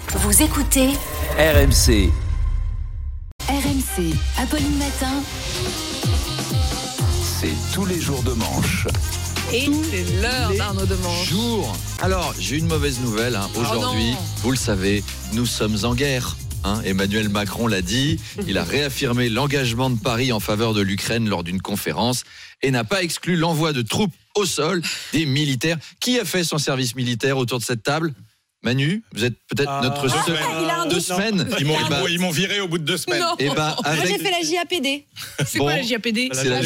Vous écoutez RMC. RMC, Apolline Matin. C'est tous les jours de manche. Et c'est l'heure d'Arnaud Demanche. Alors, j'ai une mauvaise nouvelle. Aujourd'hui, vous le savez, nous sommes en guerre. Emmanuel Macron l'a dit. Il a réaffirmé l'engagement de Paris en faveur de l'Ukraine lors d'une conférence et n'a pas exclu l'envoi de troupes au sol des militaires. Qui a fait son service militaire autour de cette table ? Manu, vous êtes peut-être notre seul. 2 semaines. Ils m'ont viré au bout de 2 semaines. Non. Et ben, avec... J'ai fait la JAPD. C'est quoi la JAPD? C'est la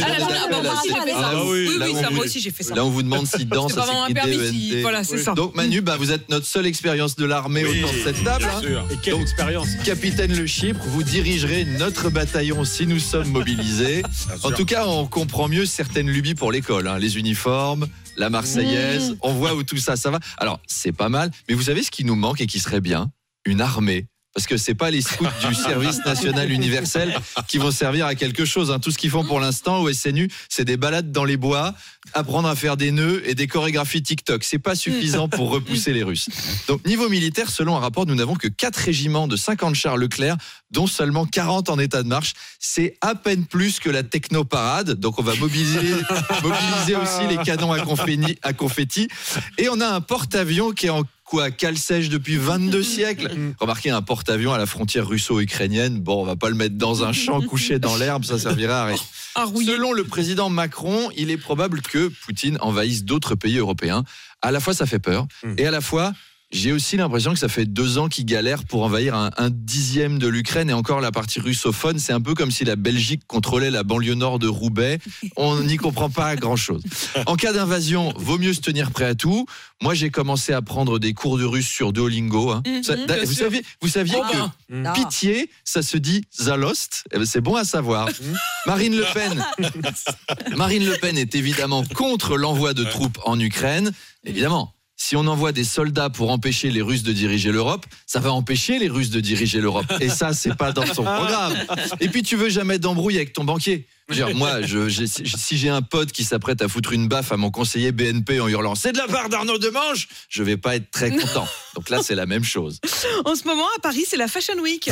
moi aussi j'ai fait ça. Là, on vous demande si dans C'est ça pas vraiment un s'écrit permis, DENT. voilà, c'est ça. Donc Manu, vous êtes notre seule expérience de l'armée autour de cette table. Bien sûr. Et quelle Donc, expérience. Capitaine Le Chypre, vous dirigerez notre bataillon si nous sommes mobilisés. En tout cas, on comprend mieux certaines lubies pour l'école. Les uniformes, la Marseillaise, on voit où tout ça va. Alors, c'est pas mal, mais vous savez ce qui nous manque et qui serait bien ? Une armée. Parce que c'est pas les scouts du service national universel qui vont servir à quelque chose. Tout ce qu'ils font pour l'instant au SNU, c'est des balades dans les bois, apprendre à faire des nœuds et des chorégraphies TikTok. C'est pas suffisant pour repousser les Russes. Donc, niveau militaire, selon un rapport, nous n'avons que 4 régiments de 50 chars Leclerc, dont seulement 40 en état de marche. C'est à peine plus que la technoparade. Donc, on va mobiliser aussi les canons à confetti. Et on a un porte-avions qui est en cale sèche depuis 22 siècles. Remarquez, un porte-avions à la frontière russo-ukrainienne, bon, on va pas le mettre dans un champ couché dans l'herbe, ça servira à rien. Selon le président Macron, il est probable que Poutine envahisse d'autres pays européens. À la fois, ça fait peur, et à la fois, j'ai aussi l'impression que ça fait 2 ans qu'il galère pour envahir un dixième de l'Ukraine, et encore la partie russophone, c'est un peu comme si la Belgique contrôlait la banlieue nord de Roubaix. On n'y comprend pas grand-chose. En cas d'invasion, vaut mieux se tenir prêt à tout. Moi, j'ai commencé à prendre des cours de russe sur Duolingo. Vous saviez que pitié, ça se dit zalost. C'est bon à savoir. Marine Le Pen est évidemment contre l'envoi de troupes en Ukraine. Évidemment. Si on envoie des soldats pour empêcher les Russes de diriger l'Europe, ça va empêcher les Russes de diriger l'Europe. Et ça, c'est pas dans son programme. Et puis, tu veux jamais d'embrouille avec ton banquier. Moi, si j'ai un pote qui s'apprête à foutre une baffe à mon conseiller BNP en hurlant « C'est de la part d'Arnaud Demanche !» je vais pas être très content. Donc là, c'est la même chose. En ce moment, à Paris, c'est la Fashion Week.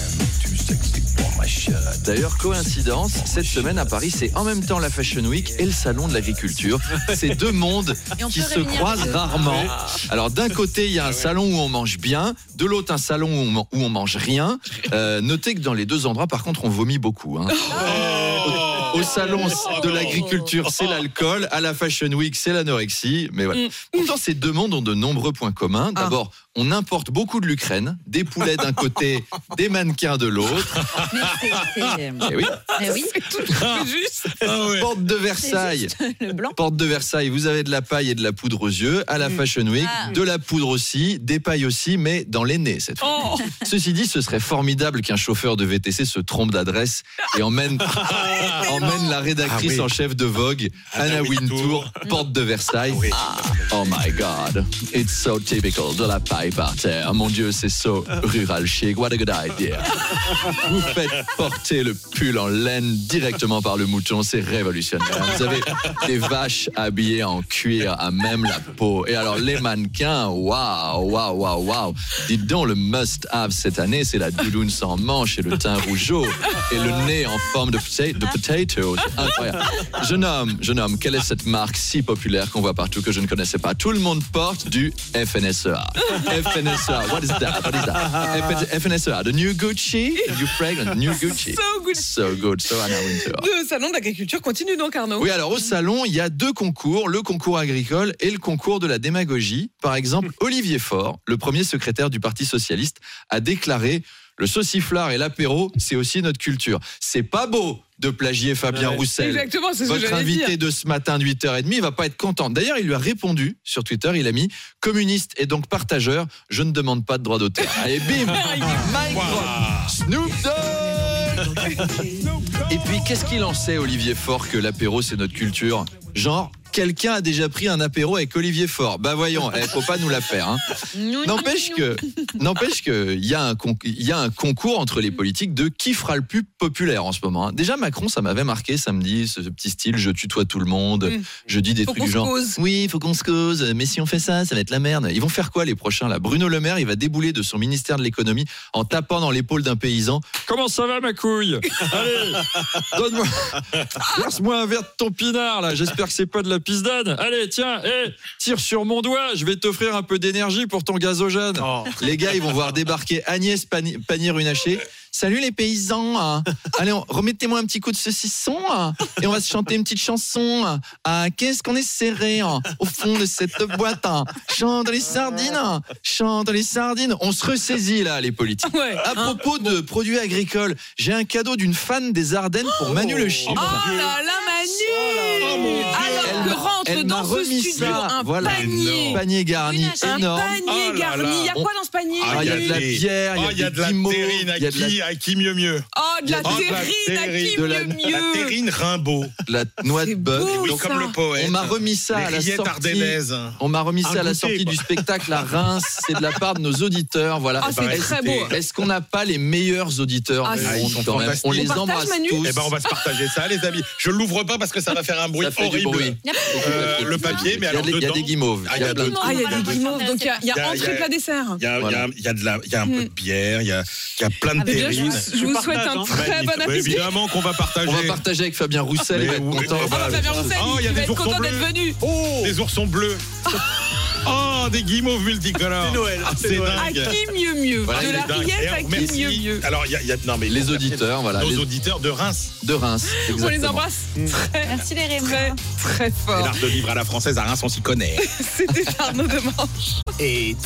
D'ailleurs, coïncidence, cette semaine à Paris, c'est en même temps la Fashion Week et le Salon de l'Agriculture. C'est 2 mondes qui se croisent rarement. Alors, d'un côté, il y a un salon où on mange bien, de l'autre, un salon où on mange rien. Notez que dans les 2 endroits, par contre, on vomit beaucoup. Au salon de l'agriculture, c'est l'alcool. À la Fashion Week, c'est l'anorexie. Mais voilà. Pourtant, ces 2 mondes ont de nombreux points communs. D'abord, on importe beaucoup de l'Ukraine. Des poulets d'un côté, des mannequins de l'autre. Mais oui. C'est juste. Porte de Versailles. Le blanc. Porte de Versailles, vous avez de la paille et de la poudre aux yeux. À la Fashion Week, de la poudre aussi, des pailles aussi, mais dans les nez cette fois. Ceci dit, ce serait formidable qu'un chauffeur de VTC se trompe d'adresse et emmène la rédactrice en chef de Vogue, Anna Wintour, porte de Versailles. Oh my God, it's so typical, de la paille par terre. Mon Dieu, c'est so rural chic. What a good idea. Vous faites porter le pull en laine directement par le mouton, c'est révolutionnaire. Vous avez des vaches habillées en cuir à même la peau. Et alors les mannequins, waouh. Dites donc, le must-have cette année, c'est la doudoune sans manche et le teint rougeau et le nez en forme de potato. Incroyable. Jeune homme, quelle est cette marque si populaire qu'on voit partout que je ne connaissais pas? Tout le monde porte du FNSEA. FNSEA, what is that? FNSEA, the new Gucci? You pregnant? New Gucci. So good. So Anna Wintour. Le salon de l'agriculture continue donc, Arnaud. Oui, alors au salon, il y a 2 concours, le concours agricole et le concours de la démagogie. Par exemple, Olivier Faure, le premier secrétaire du Parti socialiste, a déclaré « Le sauciflard et l'apéro, c'est aussi notre culture. C'est pas beau de plagier Fabien Roussel. » Exactement, c'est ce que Votre j'allais dire. invité de ce matin de 8h30, il va pas être content. D'ailleurs, il lui a répondu sur Twitter, il a mis « Communiste et donc partageur, je ne demande pas de droit d'auteur. » Allez, bim, mic drop. Snoop Dogg. Et puis, qu'est-ce qu'il en sait, Olivier Faure, que l'apéro, c'est notre culture ? Genre, quelqu'un a déjà pris un apéro avec Olivier Faure. Bah voyons, faut pas nous la faire. Hein. N'empêche que il y a un concours entre les politiques de qui fera le plus populaire en ce moment. Hein. Déjà Macron, ça m'avait marqué samedi, ce petit style, je tutoie tout le monde, je dis des trucs du genre. Oui, il faut qu'on se cause, mais si on fait ça va être la merde. Ils vont faire quoi les prochains là? Bruno Le Maire, il va débouler de son ministère de l'économie en tapant dans l'épaule d'un paysan. Comment ça va ma couille? Allez, donne-moi, verse-moi un verre de ton pinard là. J'espère que c'est pas de la pisse d'âne. Allez, tiens, tire sur mon doigt. Je vais t'offrir un peu d'énergie pour ton gazogène. Oh. Les gars, ils vont voir débarquer Agnès Pannier-Runacher. Salut les paysans. Allez, remettez-moi un petit coup de saucisson et on va se chanter une petite chanson. Qu'est-ce qu'on est serré au fond de cette boîte. Chante les sardines. Chante les sardines. On se ressaisit là, les politiques. Ouais. À propos de produits agricoles, j'ai un cadeau d'une fan des Ardennes pour Manu Le Chip. Oh là là, Manu. Alors que rentre dans ce studio un panier garni énorme. Un panier garni. Il y a quoi dans ce panier? Il y a de la bière, il y a de la terrine. À qui mieux mieux. Oh, de la terrine, à qui mieux mieux. La terrine Rimbaud. La noix de bœuf. Oui, comme le poète. On m'a remis ça à la sortie. On m'a remis ça à la sortie du spectacle à Reims. C'est de la part de nos auditeurs. Voilà. Oh, c'est très beau. Est-ce qu'on n'a pas les meilleurs auditeurs du monde quand même? On les embrasse tous. Eh ben, on va se partager ça, les amis. Je l'ouvre pas parce que ça va faire un bruit horrible. Le papier, mais alors il y a des guimauves. Il y a des guimauves. Donc il y a entrée plat dessert. Il y a un peu de bière. Il y a plein de terrines. Je vous souhaite un très bon appétit. Évidemment qu'on va partager. On va partager avec Fabien Roussel. Il va être content. Fabien Roussel, il va être content d'être venu. Des oursons bleus. Oh, des guimauves multicolores. C'est Noël. C'est dingue. À qui mieux? Voilà, de la rillette à qui mieux? Alors, non, mais les auditeurs, voilà. Nos auditeurs de Reims. De Reims, exactement. On les embrasse Merci les Rémois. très, très fort. L'art de vivre à la française à Reims, on s'y connaît. C'était Arnaud Demanche. Et